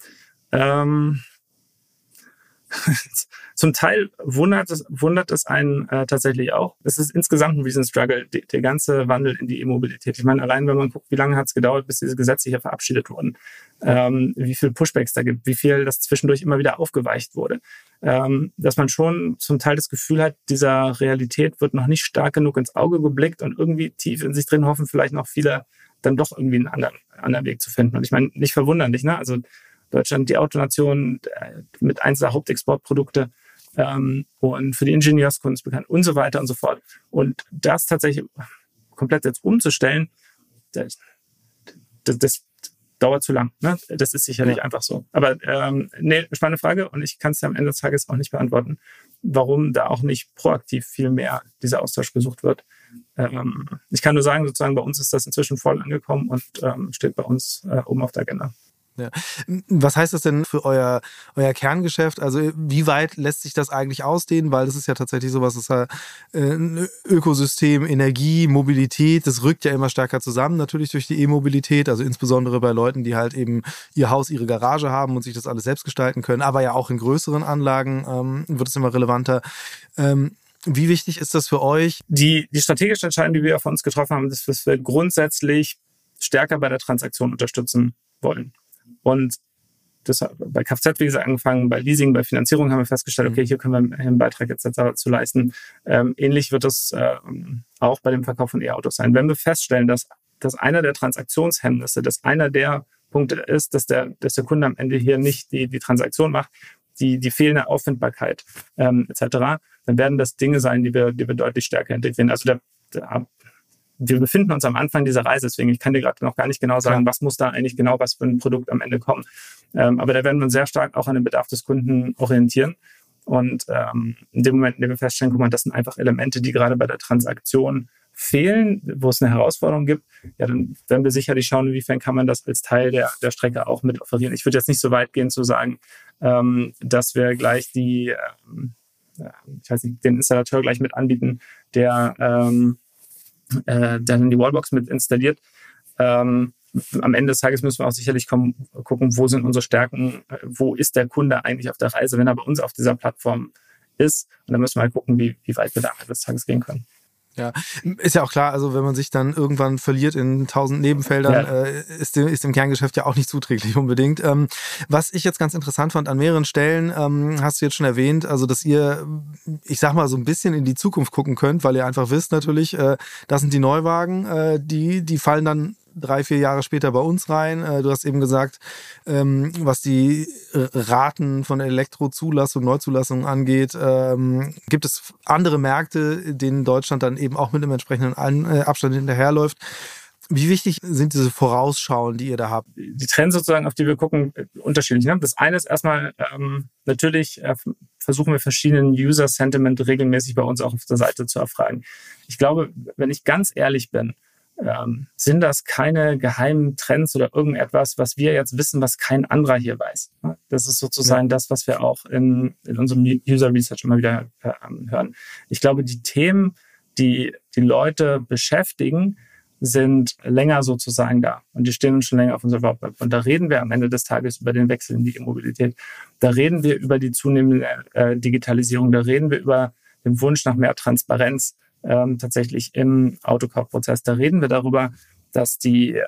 Zum Teil wundert es einen tatsächlich auch. Es ist insgesamt ein Riesen-Struggle, der ganze Wandel in die E-Mobilität. Ich meine, allein wenn man guckt, wie lange hat es gedauert, bis diese Gesetze hier verabschiedet wurden, wie viel Pushbacks da gibt, wie viel das zwischendurch immer wieder aufgeweicht wurde, dass man schon zum Teil das Gefühl hat, dieser Realität wird noch nicht stark genug ins Auge geblickt und irgendwie tief in sich drin hoffen vielleicht noch viele dann doch irgendwie einen anderen Weg zu finden. Und ich meine, nicht verwunderlich, ne? Also Deutschland, die Autonation mit eins der Hauptexportprodukte und für die Ingenieurskunst bekannt und so weiter und so fort. Und das tatsächlich komplett jetzt umzustellen, das dauert zu lang. Ne? Das ist sicherlich einfach so. Aber spannende Frage und ich kann es ja am Ende des Tages auch nicht beantworten, warum da auch nicht proaktiv viel mehr dieser Austausch gesucht wird. Ich kann nur sagen, sozusagen bei uns ist das inzwischen voll angekommen und steht bei uns oben auf der Agenda. Ja. Was heißt das denn für euer Kerngeschäft? Also wie weit lässt sich das eigentlich ausdehnen? Weil das ist ja tatsächlich sowas, das ist ja ein Ökosystem, Energie, Mobilität, das rückt ja immer stärker zusammen, natürlich durch die E-Mobilität, also insbesondere bei Leuten, die halt eben ihr Haus, ihre Garage haben und sich das alles selbst gestalten können, aber ja auch in größeren Anlagen wird es immer relevanter. Wie wichtig ist das für euch? Die strategische Entscheidung, die wir für uns getroffen haben, ist, dass wir grundsätzlich stärker bei der Transaktion unterstützen wollen. Und das bei Kfz, wie gesagt, angefangen, bei Leasing, bei Finanzierung haben wir festgestellt, okay, hier können wir einen Beitrag jetzt dazu leisten. Ähnlich wird es auch bei dem Verkauf von E-Autos sein. Wenn wir feststellen, dass einer der Transaktionshemmnisse, dass einer der Punkte ist, dass der Kunde am Ende hier nicht die Transaktion macht, die fehlende Auffindbarkeit etc., dann werden das Dinge sein, die wir deutlich stärker integrieren. Also wir befinden uns am Anfang dieser Reise, deswegen ich kann dir gerade noch gar nicht genau sagen, was muss da eigentlich genau, was für ein Produkt am Ende kommen. Aber da werden wir uns sehr stark auch an den Bedarf des Kunden orientieren. Und in dem Moment, in dem wir feststellen, guck mal, das sind einfach Elemente, die gerade bei der Transaktion fehlen, wo es eine Herausforderung gibt, ja, dann werden wir sicherlich schauen, inwiefern kann man das als Teil der Strecke auch mit offerieren. Ich würde jetzt nicht so weit gehen zu sagen, dass wir gleich den Installateur gleich mit anbieten, der dann die Wallbox mit installiert. Am Ende des Tages müssen wir auch sicherlich gucken, wo sind unsere Stärken, wo ist der Kunde eigentlich auf der Reise, wenn er bei uns auf dieser Plattform ist. Und dann müssen wir halt gucken, wie weit wir da am Ende des Tages gehen können. Ja, ist ja auch klar, also wenn man sich dann irgendwann verliert in 1000 Nebenfeldern, ist dem Kerngeschäft ja auch nicht zuträglich unbedingt. Was ich jetzt ganz interessant fand, an mehreren Stellen hast du jetzt schon erwähnt, also dass ihr, ich sag mal, so ein bisschen in die Zukunft gucken könnt, weil ihr einfach wisst natürlich, das sind die Neuwagen, die fallen dann 3-4 Jahre später bei uns rein. Du hast eben gesagt, was die Raten von Elektrozulassung, Neuzulassung angeht, gibt es andere Märkte, denen Deutschland dann eben auch mit einem entsprechenden Abstand hinterherläuft. Wie wichtig sind diese Vorausschauen, die ihr da habt? Die Trends sozusagen, auf die wir gucken, unterschiedlich. Ne? Das eine ist erstmal, natürlich versuchen wir verschiedenen User-Sentiment regelmäßig bei uns auch auf der Seite zu erfragen. Ich glaube, wenn ich ganz ehrlich bin, sind das keine geheimen Trends oder irgendetwas, was wir jetzt wissen, was kein anderer hier weiß. Das ist sozusagen das, was wir auch in unserem User Research immer wieder hören. Ich glaube, die Themen, die Leute beschäftigen, sind länger sozusagen da. Und die stehen uns schon länger auf unserer Roadmap. Und da reden wir am Ende des Tages über den Wechsel in die E-Mobilität. Da reden wir über die zunehmende Digitalisierung. Da reden wir über den Wunsch nach mehr Transparenz tatsächlich im Autokaufprozess. Da reden wir darüber, dass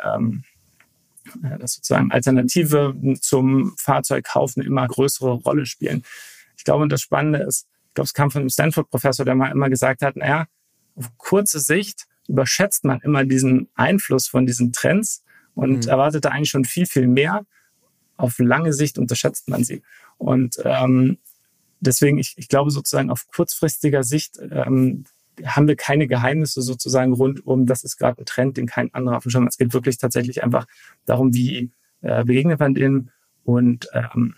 dass sozusagen Alternative zum Fahrzeugkaufen immer größere Rolle spielen. Ich glaube, und das Spannende ist, ich glaube, es kam von einem Stanford-Professor, der mal immer gesagt hat, naja, auf kurze Sicht überschätzt man immer diesen Einfluss von diesen Trends und erwartet da eigentlich schon viel, viel mehr. Auf lange Sicht unterschätzt man sie. Und deswegen, ich glaube sozusagen auf kurzfristiger Sicht haben wir keine Geheimnisse sozusagen rund um, das ist gerade ein Trend, den kein anderer auf dem Schirm hat. Es geht wirklich tatsächlich einfach darum, wie begegnet man dem und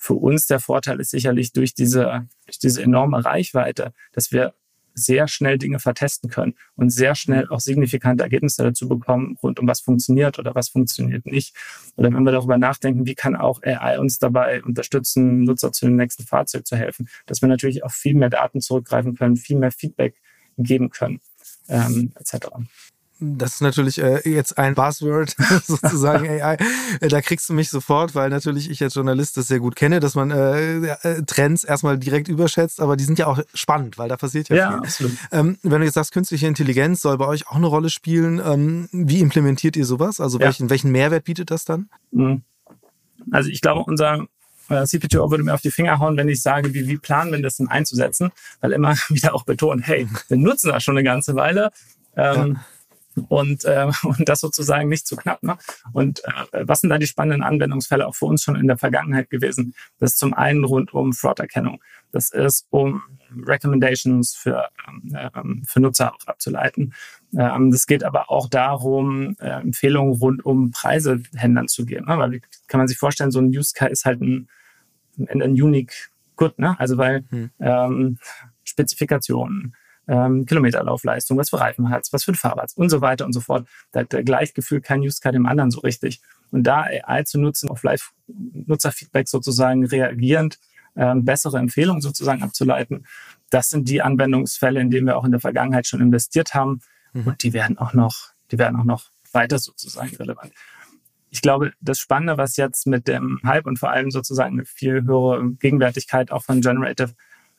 für uns der Vorteil ist sicherlich durch diese enorme Reichweite, dass wir sehr schnell Dinge vertesten können und sehr schnell auch signifikante Ergebnisse dazu bekommen, rund um was funktioniert oder was funktioniert nicht. Oder wenn wir darüber nachdenken, wie kann auch AI uns dabei unterstützen, Nutzer zu dem nächsten Fahrzeug zu helfen, dass wir natürlich auf viel mehr Daten zurückgreifen können, viel mehr Feedback geben können, etc. Das ist natürlich jetzt ein Buzzword, sozusagen AI. Da kriegst du mich sofort, weil natürlich ich als Journalist das sehr gut kenne, dass man Trends erstmal direkt überschätzt, aber die sind ja auch spannend, weil da passiert ja viel. Absolut. Wenn du jetzt sagst, künstliche Intelligenz soll bei euch auch eine Rolle spielen, wie implementiert ihr sowas? Also welchen Mehrwert bietet das dann? Also ich glaube, unser CPTO würde mir auf die Finger hauen, wenn ich sage, wie planen wir das denn einzusetzen, weil immer wieder auch betont, hey, wir nutzen das schon eine ganze Weile. Und das sozusagen nicht zu knapp. Ne? Und was sind da die spannenden Anwendungsfälle auch für uns schon in der Vergangenheit gewesen? Das ist zum einen rund um Frauderkennung. Das ist um Recommendations für Nutzer auch abzuleiten. Das geht aber auch darum, Empfehlungen rund um Preise Händlern zu geben. Ne? Weil kann man sich vorstellen, so ein Use Case ist halt ein unique good. Ne? Also weil Spezifikationen, Kilometerlaufleistung, was für Reifen hat's, was für ein Fahrrad und so weiter und so fort. Da hat der Gleichgefühl kein Use Case dem anderen so richtig. Und da AI zu nutzen, auf Live-Nutzerfeedback sozusagen reagierend, bessere Empfehlungen sozusagen abzuleiten, das sind die Anwendungsfälle, in denen wir auch in der Vergangenheit schon investiert haben. Und die werden auch noch weiter sozusagen relevant. Ich glaube, das Spannende, was jetzt mit dem Hype und vor allem sozusagen eine viel höhere Gegenwärtigkeit auch von Generative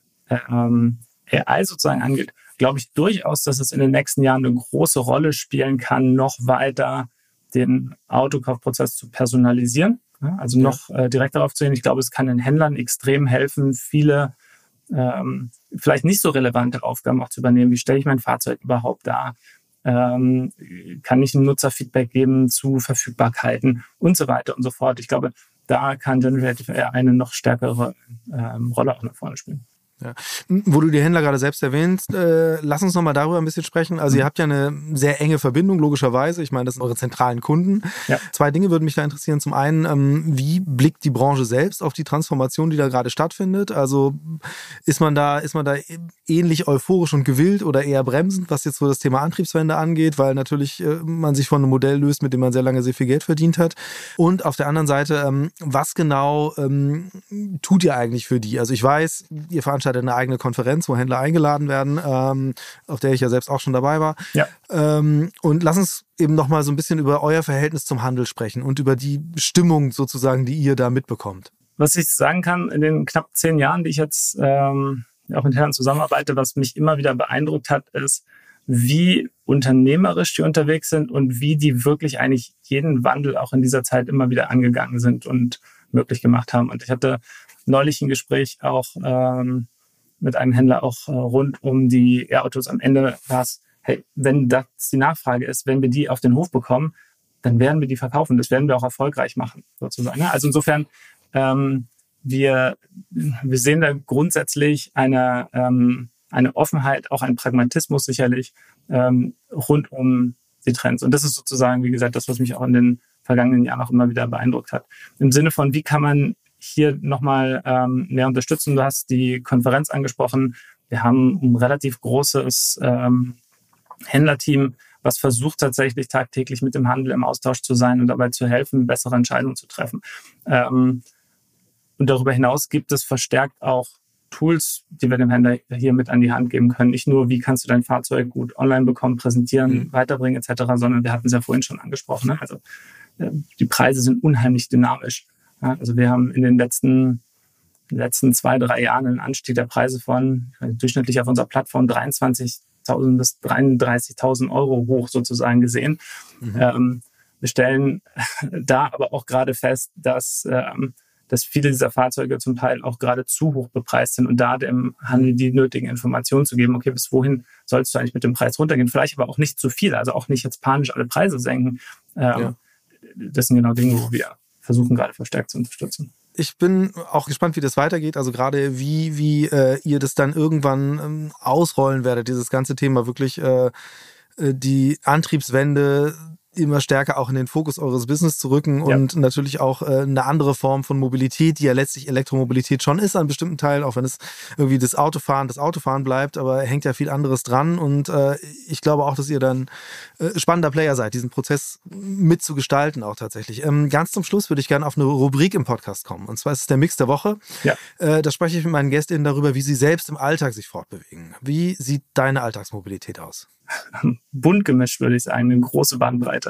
AI sozusagen angeht, glaube ich durchaus, dass es in den nächsten Jahren eine große Rolle spielen kann, noch weiter den Autokaufprozess zu personalisieren, also noch direkt darauf zu gehen. Ich glaube, es kann den Händlern extrem helfen, viele vielleicht nicht so relevante Aufgaben auch zu übernehmen. Wie stelle ich mein Fahrzeug überhaupt dar? Kann ich einem Nutzer Feedback geben zu Verfügbarkeiten und so weiter und so fort. Ich glaube, da kann Generative AI eine noch stärkere Rolle auch nach vorne spielen. Ja. Wo du die Händler gerade selbst erwähnst, lass uns nochmal darüber ein bisschen sprechen. Also ihr habt ja eine sehr enge Verbindung, logischerweise. Ich meine, das sind eure zentralen Kunden. Ja. 2 Dinge würden mich da interessieren. Zum einen, wie blickt die Branche selbst auf die Transformation, die da gerade stattfindet? Also ist man da ähnlich euphorisch und gewillt oder eher bremsend, was jetzt so das Thema Antriebswende angeht, weil natürlich man sich von einem Modell löst, mit dem man sehr lange sehr viel Geld verdient hat. Und auf der anderen Seite, was genau tut ihr eigentlich für die? Also ich weiß, ihr veranstaltet eine eigene Konferenz, wo Händler eingeladen werden, auf der ich ja selbst auch schon dabei war. Ja. Und lass uns eben nochmal so ein bisschen über euer Verhältnis zum Handel sprechen und über die Stimmung sozusagen, die ihr da mitbekommt. Was ich sagen kann, in den knapp 10 Jahren, die ich jetzt auch mit Händlern zusammenarbeite, was mich immer wieder beeindruckt hat, ist, wie unternehmerisch die unterwegs sind und wie die wirklich eigentlich jeden Wandel auch in dieser Zeit immer wieder angegangen sind und möglich gemacht haben. Und ich hatte neulich ein Gespräch auch mit einem Händler auch rund um die E-Autos. Am Ende war es, hey, wenn das die Nachfrage ist, wenn wir die auf den Hof bekommen, dann werden wir die verkaufen. Das werden wir auch erfolgreich machen, sozusagen. Also insofern, wir sehen da grundsätzlich eine Offenheit, auch einen Pragmatismus sicherlich rund um die Trends. Und das ist sozusagen, wie gesagt, das, was mich auch in den vergangenen Jahren auch immer wieder beeindruckt hat. Im Sinne von, wie kann man hier nochmal mehr unterstützen? Du hast die Konferenz angesprochen. Wir haben ein relativ großes Händlerteam, was versucht tatsächlich tagtäglich mit dem Handel im Austausch zu sein und dabei zu helfen, bessere Entscheidungen zu treffen. Und darüber hinaus gibt es verstärkt auch Tools, die wir dem Händler hier mit an die Hand geben können. Nicht nur, wie kannst du dein Fahrzeug gut online bekommen, präsentieren, weiterbringen etc., sondern wir hatten es ja vorhin schon angesprochen. Ne? Also die Preise sind unheimlich dynamisch. Ja? Also wir haben in den letzten 2-3 Jahren einen Anstieg der Preise von durchschnittlich auf unserer Plattform 23.000 bis 33.000 Euro hoch sozusagen gesehen. Wir stellen da aber auch gerade fest, dass viele dieser Fahrzeuge zum Teil auch gerade zu hoch bepreist sind und da dem Handel die nötigen Informationen zu geben, okay, bis wohin sollst du eigentlich mit dem Preis runtergehen? Vielleicht aber auch nicht zu viel, also auch nicht jetzt panisch alle Preise senken. Das sind genau Dinge, wo wir versuchen gerade verstärkt zu unterstützen. Ich bin auch gespannt, wie das weitergeht. Also gerade wie ihr das dann irgendwann ausrollen werdet, dieses ganze Thema wirklich die Antriebswende immer stärker auch in den Fokus eures Business zu rücken und natürlich auch eine andere Form von Mobilität, die ja letztlich Elektromobilität schon ist an bestimmten Teilen, auch wenn es irgendwie das Autofahren bleibt, aber hängt ja viel anderes dran und ich glaube auch, dass ihr dann spannender Player seid, diesen Prozess mitzugestalten auch tatsächlich. Ganz zum Schluss würde ich gerne auf eine Rubrik im Podcast kommen und zwar ist es der Mix der Woche. Ja. Da spreche ich mit meinen GästInnen darüber, wie sie selbst im Alltag sich fortbewegen. Wie sieht deine Alltagsmobilität aus? Bunt gemischt, würde ich sagen, eine große Bandbreite.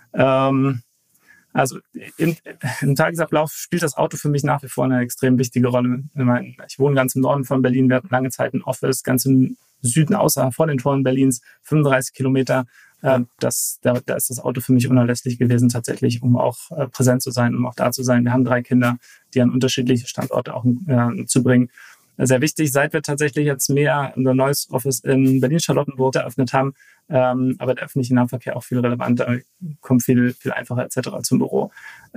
Also im Tagesablauf spielt das Auto für mich nach wie vor eine extrem wichtige Rolle. Ich wohne ganz im Norden von Berlin, wir hatten lange Zeit ein Office, ganz im Süden, außer vor den Toren Berlins, 35 Kilometer. Da ist das Auto für mich unerlässlich gewesen, tatsächlich, um auch präsent zu sein, um auch da zu sein. Wir haben 3 Kinder, die an unterschiedliche Standorte auch zu bringen. Sehr wichtig, seit wir tatsächlich jetzt mehr unser neues Office in Berlin-Charlottenburg eröffnet haben, aber der öffentliche Nahverkehr auch viel relevanter, kommt viel einfacher etc. zum Büro.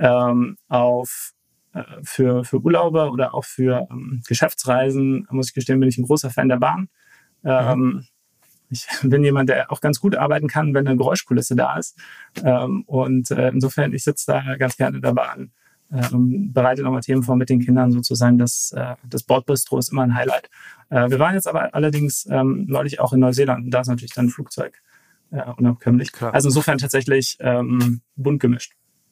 Für Urlaube oder auch für Geschäftsreisen, muss ich gestehen, bin ich ein großer Fan der Bahn. Ich bin jemand, der auch ganz gut arbeiten kann, wenn eine Geräuschkulisse da ist. Insofern, ich sitze da ganz gerne in der Bahn. Bereite nochmal Themen vor mit den Kindern sozusagen. Das Bordbistro ist immer ein Highlight. Wir waren jetzt aber allerdings neulich auch in Neuseeland und da ist natürlich dann ein Flugzeug unabkömmlich. Klar. Also insofern tatsächlich bunt gemischt.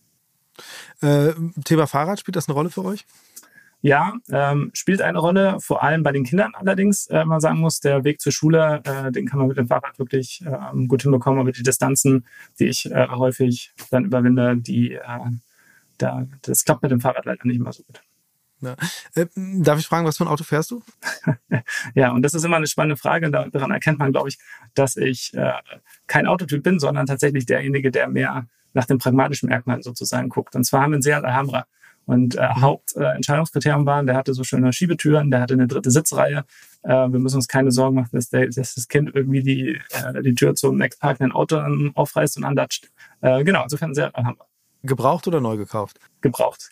Thema Fahrrad, spielt das eine Rolle für euch? Ja, spielt eine Rolle, vor allem bei den Kindern allerdings. Man sagen muss, der Weg zur Schule, den kann man mit dem Fahrrad wirklich gut hinbekommen, aber die Distanzen, die ich häufig dann überwinde, das klappt mit dem Fahrrad leider nicht immer so gut. Ja. Darf ich fragen, was für ein Auto fährst du? Ja, und das ist immer eine spannende Frage. Daran erkennt man, glaube ich, dass ich kein Autotyp bin, sondern tatsächlich derjenige, der mehr nach den pragmatischen Merkmalen sozusagen guckt. Und zwar haben wir einen Seat Alhambra. Und Hauptentscheidungskriterium waren, der hatte so schöne Schiebetüren, der hatte eine 3. Sitzreihe. Wir müssen uns keine Sorgen machen, dass das Kind irgendwie die Tür zum nächstparkenden Auto aufreißt und andatscht. Genau, insofern Seat Alhambra. Gebraucht oder neu gekauft? Gekauft.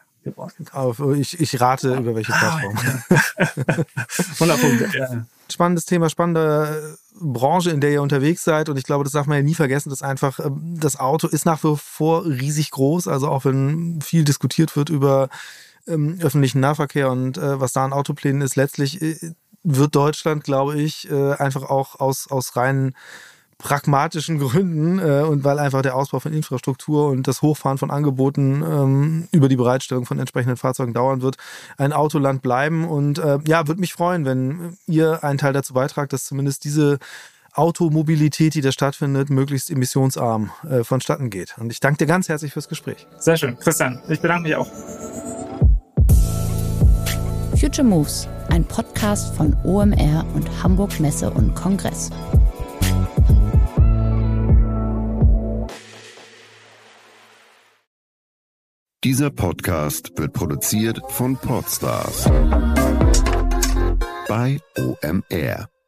Ich rate, über welche Plattform. 100 Punkte, ja. Spannendes Thema, spannende Branche, in der ihr unterwegs seid. Und ich glaube, das darf man ja nie vergessen, dass einfach das Auto ist nach wie vor riesig groß. Also auch wenn viel diskutiert wird über öffentlichen Nahverkehr und was da an Autoplänen ist, letztlich wird Deutschland, glaube ich, einfach auch aus reinen pragmatischen Gründen und weil einfach der Ausbau von Infrastruktur und das Hochfahren von Angeboten über die Bereitstellung von entsprechenden Fahrzeugen dauern wird, ein Autoland bleiben. Und würde mich freuen, wenn ihr einen Teil dazu beitragt, dass zumindest diese Automobilität, die da stattfindet, möglichst emissionsarm vonstatten geht. Und ich danke dir ganz herzlich fürs Gespräch. Sehr schön. Christian, ich bedanke mich auch. Future Moves, ein Podcast von OMR und Hamburg Messe und Kongress. Dieser Podcast wird produziert von Podstars bei OMR.